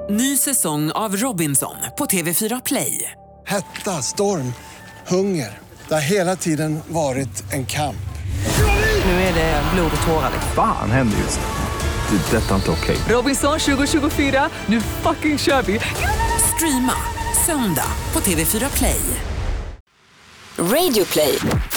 Ny säsong av Robinson på TV4 Play. Hetta, storm, hunger. Det har hela tiden varit en kamp. Nu är det blod och tårar. Fan händer just nu. Det. Detta är inte okej. Robinson 2024, nu fucking kör vi. Streama söndag på TV4 Play. Radio Play.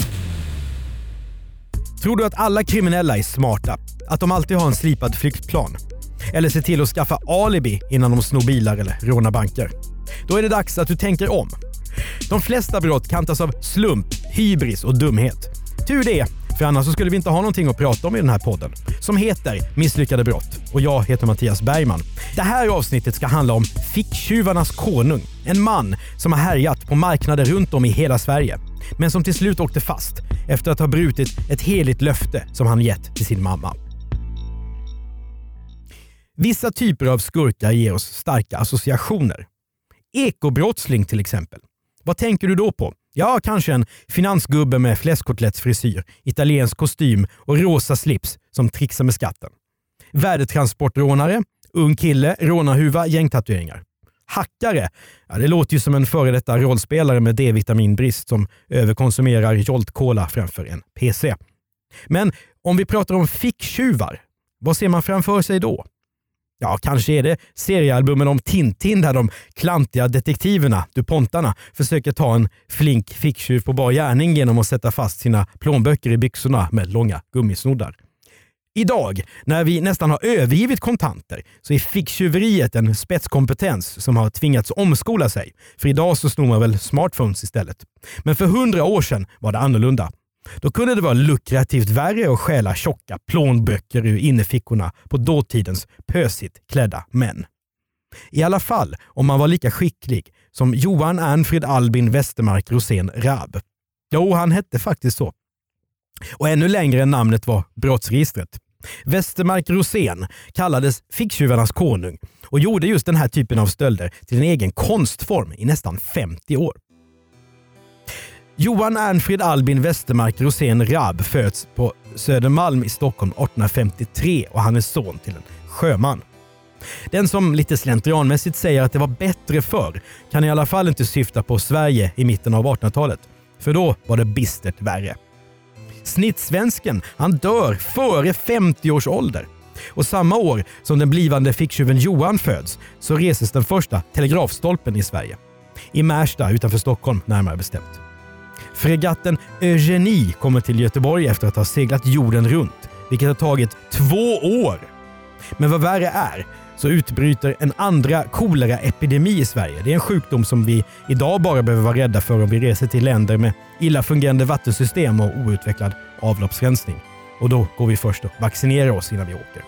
Tror du att alla kriminella är smarta? Att de alltid har en slipad flyktplan? Eller ser till att skaffa alibi innan de snor bilar eller rånar banker? Då är det dags att du tänker om. De flesta brott kantas av slump, hybris och dumhet. Tur det, för annars så skulle vi inte ha någonting att prata om i den här podden, som heter Misslyckade brott. Och jag heter Mattias Bergman. Det här avsnittet ska handla om ficktjuvarnas konung. En man som har härjat på marknader runt om i hela Sverige, men som till slut åkte fast efter att ha brutit ett heligt löfte som han gett till sin mamma. Vissa typer av skurkar ger oss starka associationer. Ekobrottsling till exempel. Vad tänker du då på? Ja, kanske en finansgubbe med fläskkotlettsfrisyr, italiensk kostym och rosa slips som trixar med skatten. Värdetransportrånare, ung kille, rånarhuva, gängtatueringar. Hackare, ja, det låter ju som en före detta rollspelare med D-vitaminbrist som överkonsumerar Jolt Cola framför en PC. Men om vi pratar om ficktjuvar, vad ser man framför sig då? Ja, kanske är det seriealbumen om Tintin där de klantiga detektiverna, DuPontarna, försöker ta en flink ficktjuv på bar gärning genom att sätta fast sina plånböcker i byxorna med långa gummisnoddar. Idag, när vi nästan har övergivit kontanter, så är ficktjuveriet en spetskompetens som har tvingats omskola sig. För idag så snor man väl smartphones istället. Men för 100 år sedan var det annorlunda. Då kunde det vara lukrativt värre att stjäla tjocka plånböcker ur innefickorna på dåtidens pösigt klädda män. I alla fall om man var lika skicklig som Johan Ernfrid Albin Westermark Rosén Raab. Jo, han hette faktiskt så. Och ännu längre än namnet var brottsregistret. Westermark Rosén kallades ficktjuvarnas konung och gjorde just den här typen av stölder till en egen konstform i nästan 50 år. Johan Ernfrid Albin Westermark Rosén Raab föds på Södermalm i Stockholm 1853 och han är son till en sjöman. Den som lite slentrianmässigt säger att det var bättre förr kan i alla fall inte syfta på Sverige i mitten av 1800-talet, för då var det bistert värre. Snittsvensken, han dör före 50 års ålder. Och samma år som den blivande ficktjuven Johan föds så reses den första telegrafstolpen i Sverige. I Märsta utanför Stockholm närmare bestämt. Fregatten Eugenie kommer till Göteborg efter att ha seglat jorden runt, vilket har tagit 2 år. Men vad värre är, så utbryter en andra koleraepidemi i Sverige. Det är en sjukdom som vi idag bara behöver vara rädda för om vi reser till länder med illa fungerande vattensystem och outvecklad avloppsrensning. Och då går vi först och vaccinerar oss innan vi åker.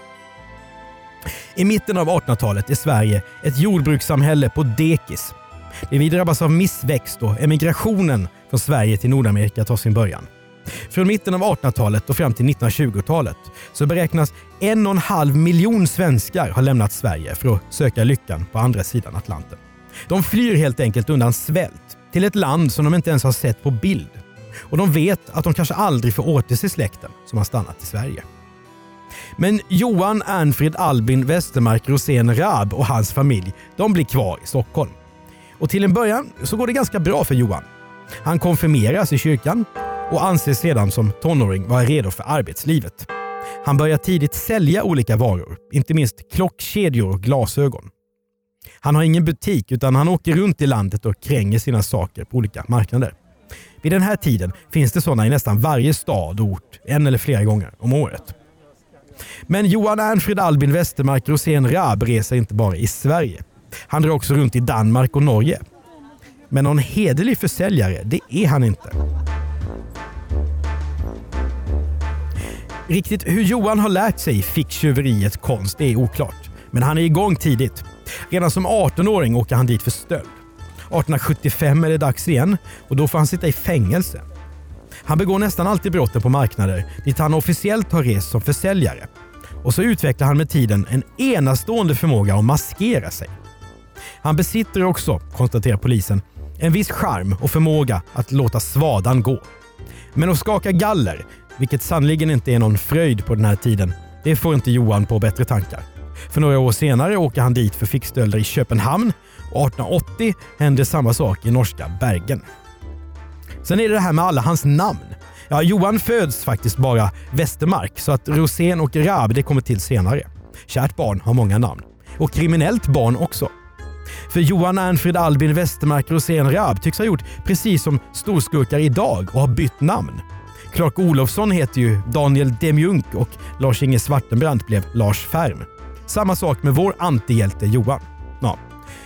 I mitten av 1800-talet är Sverige ett jordbrukssamhälle på dekis. Vi drabbas av missväxt och emigrationen från Sverige till Nordamerika tar sin början. Från mitten av 1800-talet och fram till 1920-talet så beräknas 1,5 miljon svenskar ha lämnat Sverige för att söka lyckan på andra sidan Atlanten. De flyr helt enkelt undan svält till ett land som de inte ens har sett på bild. Och de vet att de kanske aldrig får återse släkten som har stannat i Sverige. Men Johan Ernfrid Albin Westermark Rosén Raab och hans familj, de blir kvar i Stockholm. Och till en början så går det ganska bra för Johan. Han konfirmeras i kyrkan och anses sedan som tonåring vara redo för arbetslivet. Han börjar tidigt sälja olika varor, inte minst klockkedjor och glasögon. Han har ingen butik utan han åker runt i landet och kränger sina saker på olika marknader. Vid den här tiden finns det sådana i nästan varje stad och ort, en eller flera gånger om året. Men Johan Ernfrid Albin Westermark Rosén Raab reser inte bara i Sverige. Han drar också runt i Danmark och Norge. Men någon hederlig försäljare, det är han inte. Riktigt hur Johan har lärt sig ficktjuveriets konst är oklart. Men han är igång tidigt. Redan som 18-åring åker han dit för stöld. 1875 är det dags igen och då får han sitta i fängelse. Han begår nästan alltid brotten på marknader dit han officiellt har rest som försäljare. Och så utvecklar han med tiden en enastående förmåga att maskera sig. Han besitter också, konstaterar polisen, en viss charm och förmåga att låta svadan gå. Men att skaka galler, vilket sannoliken inte är någon fröjd på den här tiden, det får inte Johan på bättre tankar. För några år senare åker han dit för fickstölder i Köpenhamn och 1880 händer samma sak i norska Bergen. Sen är det här med alla hans namn. Ja, Johan föds faktiskt bara Westermark, så att Rosén och Raab det kommer till senare. Kärt barn har många namn. Och kriminellt barn också. För Johan Ernfrid Albin Westermark Rosén Raab tycks ha gjort precis som storskurkar idag och har bytt namn. Clark Olofsson heter ju Daniel Demjunk och Lars-Inge Svartenbrandt blev Lars Färm. Samma sak med vår antihjälte Johan. Ja.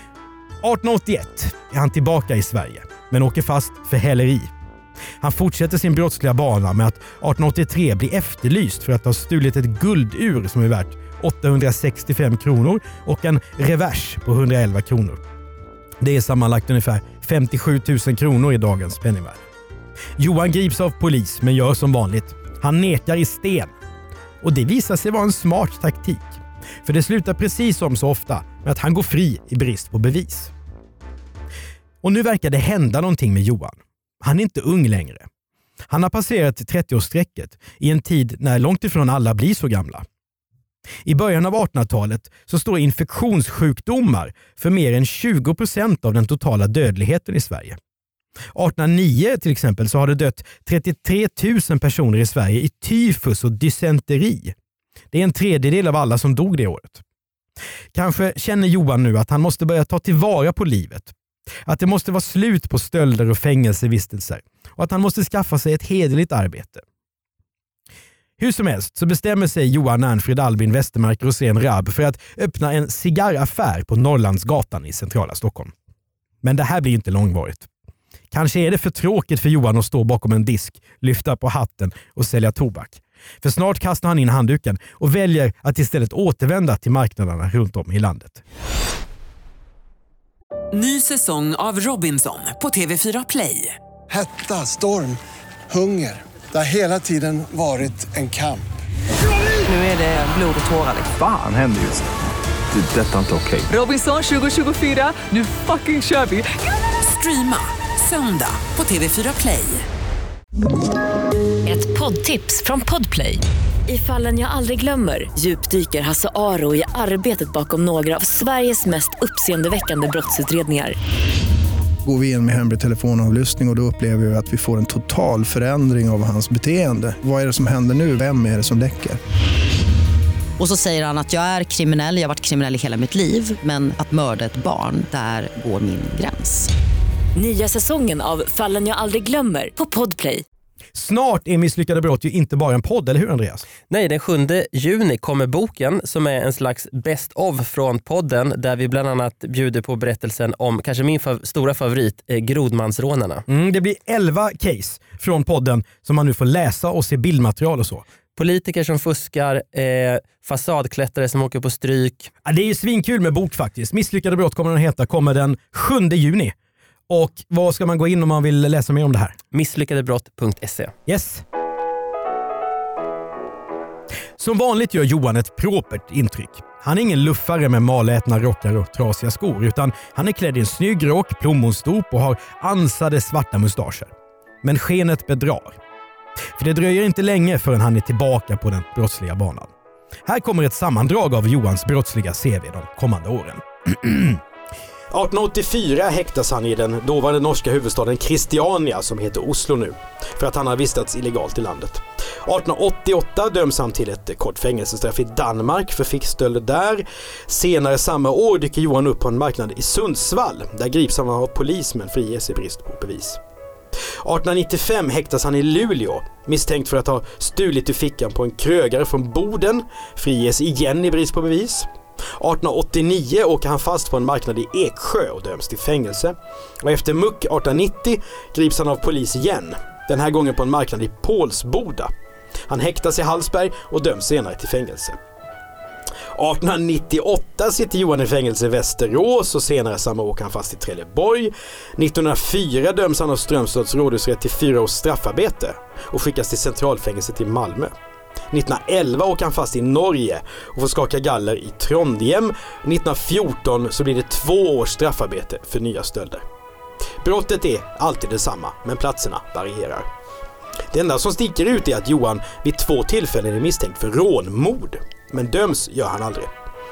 1881 är han tillbaka i Sverige, men åker fast för häleri. Han fortsätter sin brottsliga bana med att 1883 bli efterlyst för att ha stulit ett guldur som är värt 865 kronor och en revers på 111 kronor. Det är sammanlagt ungefär 57 000 kronor i dagens penningvärde. Johan grips av polis men gör som vanligt. Han nekar i sten. Och det visar sig vara en smart taktik. För det slutar precis som så ofta med att han går fri i brist på bevis. Och nu verkar det hända någonting med Johan. Han är inte ung längre. Han har passerat 30-årsstrecket i en tid när långt ifrån alla blir så gamla. I början av 1800-talet så står infektionssjukdomar för mer än 20% av den totala dödligheten i Sverige. 1809 till exempel så har det dött 33 000 personer i Sverige i tyfus och dysenteri. Det är en tredjedel av alla som dog det året. Kanske känner Johan nu att han måste börja ta tillvara på livet. Att det måste vara slut på stölder och fängelsevistelser och att han måste skaffa sig ett hederligt arbete. Hur som helst så bestämmer sig Johan Ernfrid Albin Westermark Rosén Raab för att öppna en cigarraffär på Norrlandsgatan i centrala Stockholm. Men det här blir inte långvarigt. Kanske är det för tråkigt för Johan att stå bakom en disk, lyfta på hatten och sälja tobak. För snart kastar han in handduken och väljer att istället återvända till marknaderna runt om i landet. Ny säsong av Robinson på TV4 Play. Hetta, storm, hunger. Det har hela tiden varit en kamp. Nu är det blod och tårar. Fan händer just det. Det är detta inte okej. Robinson 2024, nu fucking kör vi. Streama söndag på TV4 Play. Ett poddtips från Podplay. I Fallen jag aldrig glömmer djupdyker Hasse Aro i arbetet bakom några av Sveriges mest uppseendeväckande brottsutredningar. Går vi in med hemlig telefonavlyssning och då upplever vi att vi får en total förändring av hans beteende. Vad är det som händer nu? Vem är det som läcker? Och så säger han att jag är kriminell, jag har varit kriminell i hela mitt liv. Men att mörda ett barn, där går min gräns. Nya säsongen av Fallen jag aldrig glömmer på Podplay. Snart är Misslyckade brott ju inte bara en podd, eller hur Andreas? Nej, den 7 juni kommer boken som är en slags best of från podden där vi bland annat bjuder på berättelsen om kanske min stora favorit, Grodmansrånarna. Det blir 11 case från podden som man nu får läsa och se bildmaterial och så. Politiker som fuskar, fasadklättrare som åker på stryk. Ja, det är ju svinkul med bok faktiskt. Misslyckade brott kommer den heta, kommer den 7 juni. Och vad ska man gå in om man vill läsa mer om det här? Misslyckadebrott.se. Yes. Som vanligt gör Johan ett propert intryck. Han är ingen luffare med malätna rockar och trasiga skor, utan han är klädd i en snygg rock, plommonstop och har ansade svarta mustascher. Men skenet bedrar. För det dröjer inte länge förrän han är tillbaka på den brottsliga banan. Här kommer ett sammandrag av Johans brottsliga CV de kommande åren. 1884 häktas han i den dåvarande norska huvudstaden Christiania, som heter Oslo nu, för att han har vistats illegalt i landet. 1888 döms han till ett kort fängelsestraff i Danmark för fickstölder där. Senare samma år dyker Johan upp på en marknad i Sundsvall. Där grips han av polis men friges i brist på bevis. 1895 häktas han i Luleå, misstänkt för att ha stulit ur fickan på en krögare från Boden, friges igen i brist på bevis. 1889 åker han fast på en marknad i Eksjö och döms till fängelse. Och efter muck 1890 grips han av polis igen, den här gången på en marknad i Pålsboda. Han häktas i Hallsberg och döms senare till fängelse. 1898 sitter Johan i fängelse i Västerås och senare samma år åker han fast i Trelleborg. 1904 döms han av Strömstads rådhusrätt till 4 års straffarbete och skickas till centralfängelset i Malmö. 1911 åker han fast i Norge och får skaka galler i Trondheim. 1914 så blir det 2 års straffarbete för nya stölder. Brottet är alltid detsamma, men platserna varierar. Det enda som sticker ut är att Johan vid 2 tillfällen är misstänkt för rånmord, men döms gör han aldrig.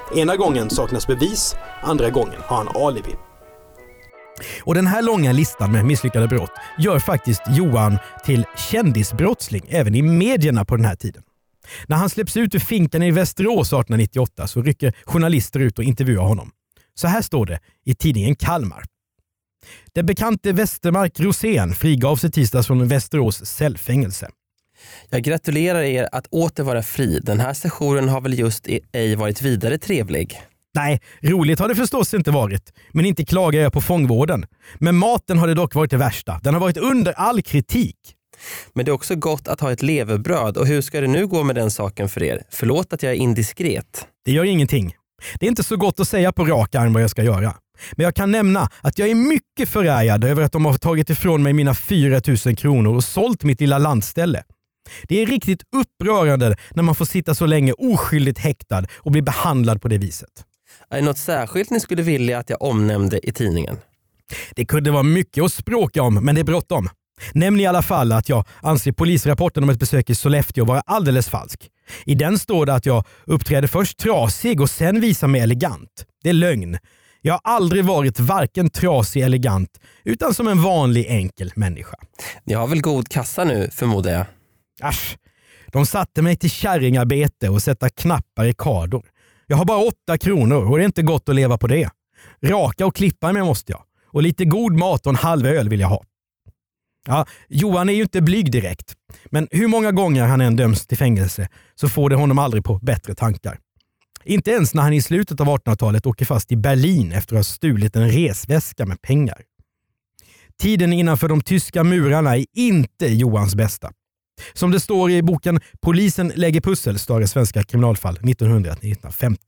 Ena gången saknas bevis, andra gången har han alibi. Och den här långa listan med misslyckade brott gör faktiskt Johan till kändisbrottsling även i medierna på den här tiden. När han släpps ut ur finkan i Västerås 1898 så rycker journalister ut och intervjuar honom. Så här står det i tidningen Kalmar. Den bekante Westermark Rosén frigavs i tisdags från Västerås cellfängelse. Jag gratulerar er att åter vara fri. Den här sessionen har väl just ej varit vidare trevlig. Nej, roligt har det förstås inte varit. Men inte klagar jag på fångvården. Men maten har det dock varit det värsta. Den har varit under all kritik. Men det är också gott att ha ett levebröd. Och hur ska det nu gå med den saken för er? Förlåt att jag är indiskret. Det gör ingenting. Det är inte så gott att säga på rak arm vad jag ska göra. Men jag kan nämna att jag är mycket förärgad över att de har tagit ifrån mig mina 4 000 kronor och sålt mitt lilla landställe. Det är riktigt upprörande när man får sitta så länge oskyldigt häktad och bli behandlad på det viset. Är det något särskilt ni skulle vilja att jag omnämnde i tidningen? Det kunde vara mycket att språka om, men det är bråttom. Nämn i alla fall att jag anser polisrapporten om ett besök i Sollefteå vara alldeles falsk. I den står det att jag uppträdde först trasig och sen visar mig elegant. Det är lögn. Jag har aldrig varit varken trasig eller elegant utan som en vanlig enkel människa. Ni har väl god kassa nu, förmodar jag? Asch, de satte mig till kärringarbete och sätta knappar i kardor. Jag har bara 8 kronor och det är inte gott att leva på det. Raka och klippa mig måste jag. Och lite god mat och en halv öl vill jag ha. Ja, Johan är ju inte blyg direkt. Men hur många gånger han än döms till fängelse så får det honom aldrig på bättre tankar. Inte ens när han i slutet av 1800-talet åker fast i Berlin efter att ha stulit en resväska med pengar. Tiden innanför de tyska murarna är inte Johans bästa. Som det står i boken Polisen lägger pussel, större svenska kriminalfall 1900-1950.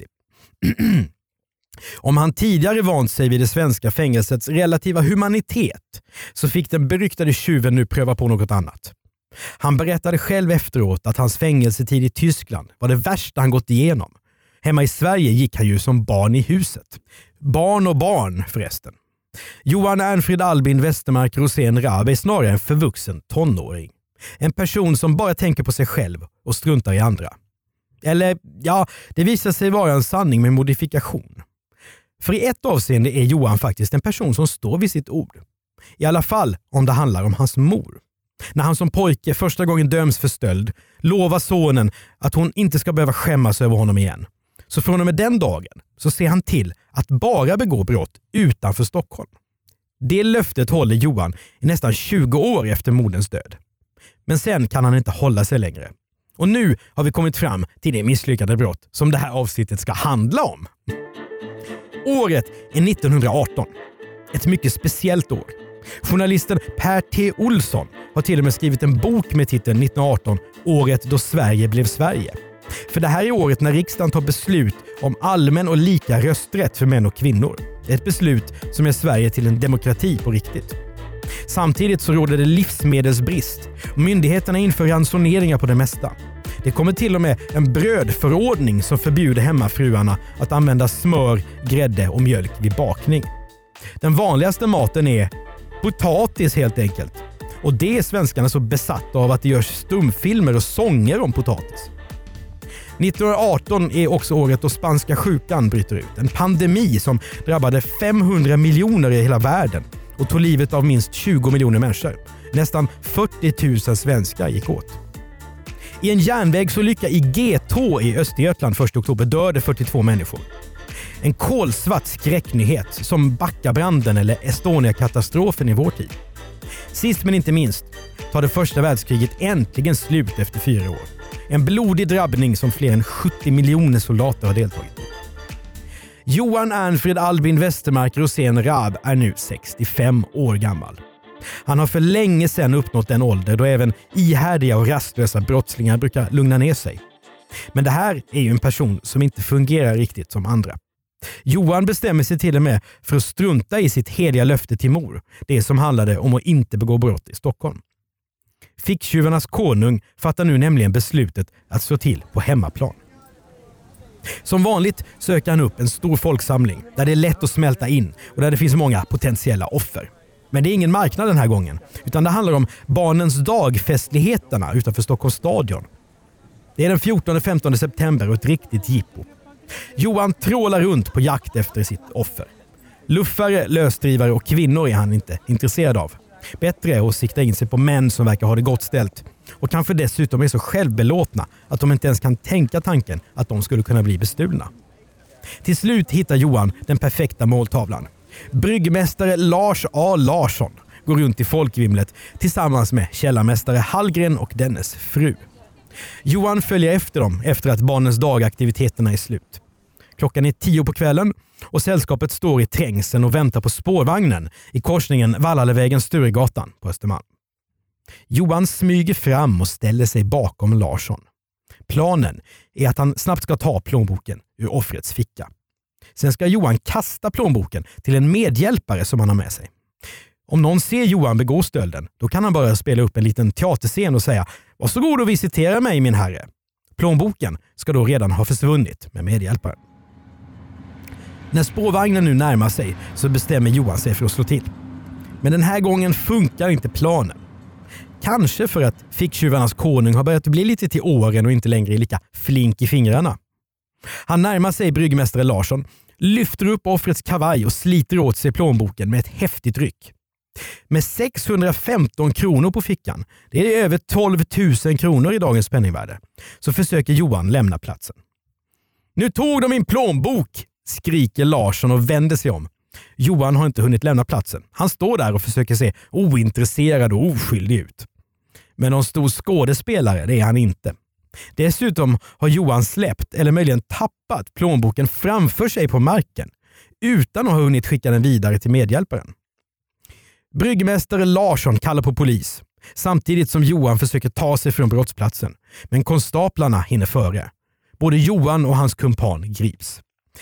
Om han tidigare vant sig vid det svenska fängelsets relativa humanitet så fick den beryktade tjuven nu pröva på något annat. Han berättade själv efteråt att hans fängelsetid i Tyskland var det värsta han gått igenom. Hemma i Sverige gick han ju som barn i huset. Barn och barn förresten. Johan Ernfrid Albin Westermark Rosén Raab är snarare en förvuxen tonåring. En person som bara tänker på sig själv och struntar i andra. Eller ja, det visar sig vara en sanning med modifikation. För i ett avseende är Johan faktiskt en person som står vid sitt ord. I alla fall om det handlar om hans mor. När han som pojke första gången döms för stöld lovar sonen att hon inte ska behöva skämmas över honom igen. Så från och med den dagen så ser han till att bara begå brott utanför Stockholm. Det löftet håller Johan i nästan 20 år efter moderns död. Men sen kan han inte hålla sig längre. Och nu har vi kommit fram till det misslyckade brott som det här avsnittet ska handla om. Året är 1918. Ett mycket speciellt år. Journalisten Per T. Olsson har till och med skrivit en bok med titeln 1918, året då Sverige blev Sverige. För det här är året när riksdagen tar beslut om allmän och lika rösträtt för män och kvinnor. Ett beslut som gör Sverige till en demokrati på riktigt. Samtidigt så råder det livsmedelsbrist och myndigheterna inför ransoneringar på det mesta. Det kommer till och med en brödförordning som förbjuder hemmafruarna att använda smör, grädde och mjölk vid bakning. Den vanligaste maten är potatis helt enkelt. Och det är svenskarna så besatta av att det görs stumfilmer och sånger om potatis. 1918 är också året då spanska sjukan bryter ut. En pandemi som drabbade 500 miljoner i hela världen och tog livet av minst 20 miljoner människor. Nästan 40 000 svenskar gick åt. I en järnvägsolycka i Getå i Östergötland 1 oktober dödade 42 människor. En kolsvart skräcknyhet som Backabranden eller Estonia-katastrofen i vår tid. Sist men inte minst tar det första världskriget äntligen slut efter 4 år. En blodig drabbning som fler än 70 miljoner soldater har deltagit i. Johan Ernfrid Albin Westermark Rosén Raab är nu 65 år gammal. Han har för länge sedan uppnått den ålder då även ihärdiga och rastlösa brottslingar brukar lugna ner sig. Men det här är ju en person som inte fungerar riktigt som andra. Johan bestämmer sig till och med för att strunta i sitt heliga löfte till mor. Det som handlade om att inte begå brott i Stockholm. Ficktjuvarnas konung fattar nu nämligen beslutet att slå till på hemmaplan. Som vanligt söker han upp en stor folksamling där det är lätt att smälta in och där det finns många potentiella offer. Men det är ingen marknad den här gången, utan det handlar om barnens dagfestligheterna utanför Stockholms stadion. Det är den 14-15 september och ett riktigt jippo. Johan trålar runt på jakt efter sitt offer. Luffare, lösdrivare och kvinnor är han inte intresserad av. Bättre är att sikta in sig på män som verkar ha det gott ställt och kanske dessutom är så självbelåtna att de inte ens kan tänka tanken att de skulle kunna bli bestulna. Till slut hittar Johan den perfekta måltavlan. Bryggmästare Lars A. Larsson går runt i folkvimlet tillsammans med källarmästare Hallgren och dennes fru. Johan följer efter dem efter att barnens dagaktiviteterna är slut. Klockan är 10 på kvällen och sällskapet står i trängseln och väntar på spårvagnen i korsningen Vallalevägen-Sturegatan på Östermalm. Johan smyger fram och ställer sig bakom Larsson. Planen är att han snabbt ska ta plånboken ur offrets ficka. Sen ska Johan kasta plånboken till en medhjälpare som han har med sig. Om någon ser Johan begå stölden, då kan han bara spela upp en liten teaterscen och säga "Varsågod och visitera mig, min herre." Plånboken ska då redan ha försvunnit med medhjälparen. När spårvagnen nu närmar sig så bestämmer Johan sig för att slå till. Men den här gången funkar inte planen. Kanske för att ficktjuvarnas konung har börjat bli lite till åren och inte längre är lika flink i fingrarna. Han närmar sig bryggmästare Larsson, lyfter upp offrets kavaj och sliter åt sig plånboken med ett häftigt ryck. Med 615 kronor på fickan, det är över 12 000 kronor i dagens penningvärde, så försöker Johan lämna platsen. "Nu tog de min plånbok!" skriker Larsson och vänder sig om. Johan har inte hunnit lämna platsen. Han står där och försöker se ointresserad och oskyldig ut. Men någon stor skådespelare, det är han inte. Dessutom har Johan släppt eller möjligen tappat plånboken framför sig på marken utan att ha hunnit skicka den vidare till medhjälparen. Bryggmästare Larsson kallar på polis samtidigt som Johan försöker ta sig från brottsplatsen. Men konstaplarna hinner före. Både Johan och hans kumpan grips.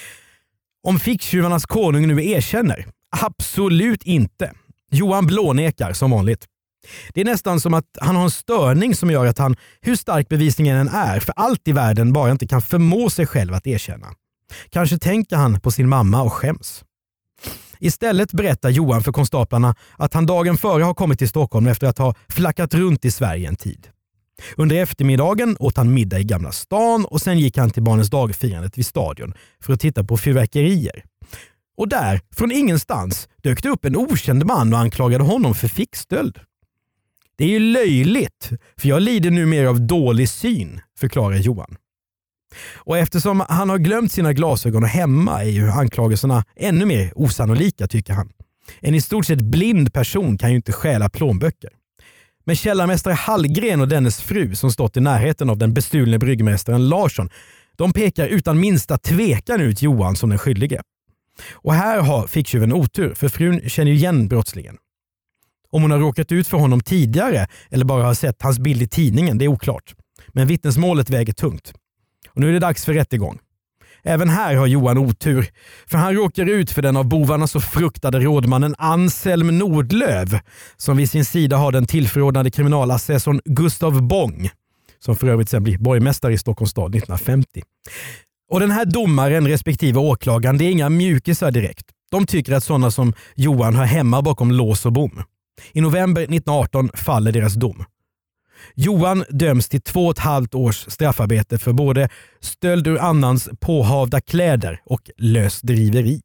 Om ficktjuvarnas konung nu erkänner? Absolut inte. Johan blånekar som vanligt. Det är nästan som att han har en störning som gör att han, hur stark bevisningen än är, för allt i världen bara inte kan förmå sig själv att erkänna. Kanske tänker han på sin mamma och skäms. Istället berättar Johan för konstaplarna att han dagen före har kommit till Stockholm efter att ha flackat runt i Sverige en tid. Under eftermiddagen åt han middag i Gamla stan och sen gick han till barnens dagfirandet vid stadion för att titta på fyrverkerier. Och där, från ingenstans, dök det upp en okänd man och anklagade honom för fickstöld. Det är ju löjligt, för jag lider nu mer av dålig syn, förklarar Johan. Och eftersom han har glömt sina glasögon hemma är ju anklagelserna ännu mer osannolika, tycker han. En i stort sett blind person kan ju inte stjäla plånböcker. Men källarmästare Hallgren och dennes fru som stått i närheten av den bestulne bryggmästaren Larsson, de pekar utan minsta tvekan ut Johan som den skyldige. Och här har ficktjuven otur, för frun känner ju igen brottslingen. Om hon har råkat ut för honom tidigare eller bara har sett hans bild i tidningen, det är oklart. Men vittnesmålet väger tungt. Och nu är det dags för rättegång. Även här har Johan otur, för han råkar ut för den av bovarna så fruktade rådmannen Anselm Nordlöv, som vid sin sida har den tillförordnade kriminalassessorn Gustav Bång, som för övrigt sen blir borgmästare i Stockholms stad 1950. Och den här domaren respektive åklagaren, det är inga mjukisar direkt. De tycker att sådana som Johan har hemma bakom lås och bom. I november 1918 faller deras dom. Johan döms till 2,5 års straffarbete för både stöld ur annans påhavda kläder och lösdriveri.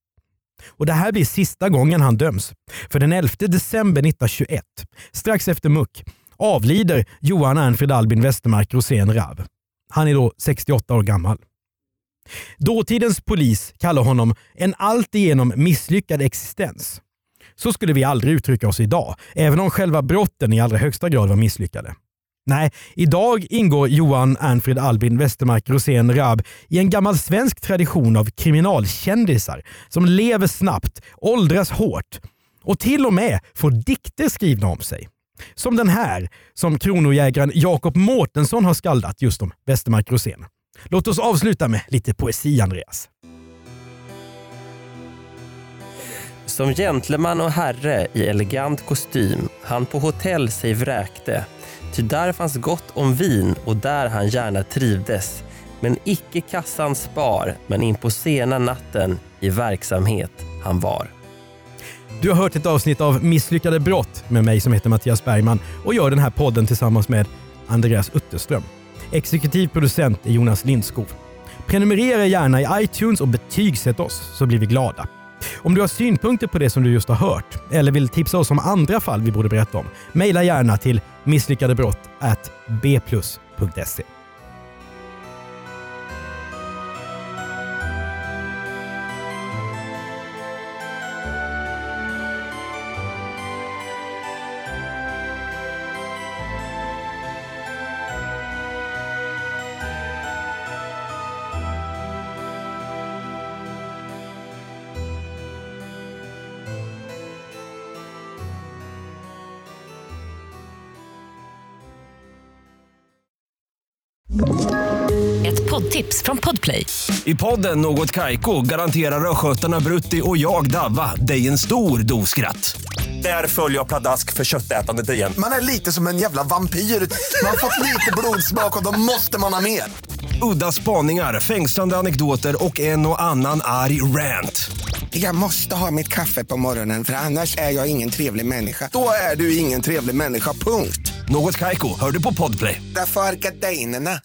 Och det här blir sista gången han döms. För den 11 december 1921, strax efter muck, avlider Johan Ernfrid Albin Westermark Rosén Raab. Han är då 68 år gammal. Dåtidens polis kallar honom en alltigenom misslyckad existens. Så skulle vi aldrig uttrycka oss idag, även om själva brotten i allra högsta grad var misslyckade. Nej, idag ingår Johan Ernfrid Albin Westermark Rosén Raab i en gammal svensk tradition av kriminalkändisar som lever snabbt, åldras hårt och till och med får dikter skrivna om sig. Som den här, som kronojägaren Jakob Mårtensson har skaldat just om Westermark Rosén. Låt oss avsluta med lite poesi, Andreas. Som gentleman och herre i elegant kostym han på hotell sig vräkte, ty där fanns gott om vin och där han gärna trivdes, men icke kassan spar, men in på sena natten i verksamhet han var. Du har hört ett avsnitt av Misslyckade brott med mig som heter Mattias Bergman och gör den här podden tillsammans med Andreas Utterström. Exekutiv producent är Jonas Lindskov. Prenumerera gärna i iTunes och betygsätt oss så blir vi glada. Om du har synpunkter på det som du just har hört eller vill tipsa oss om andra fall vi borde berätta om, mejla gärna till misslyckadebrott@bplus.se. Ett poddtips från Podplay. I podden Något Kaiko garanterar röskötarna Brutti och jag Davva dig en stor doskratt. Där följer jag pladask för köttätandet igen. Man är lite som en jävla vampyr. Man har fått lite blodsmak och då måste man ha mer. Udda spaningar, fängslande anekdoter och en och annan arg rant. Jag måste ha mitt kaffe på morgonen för annars är jag ingen trevlig människa. Då är du ingen trevlig människa, punkt. Något Kaiko, hör du på Podplay. Därför är gardinerna.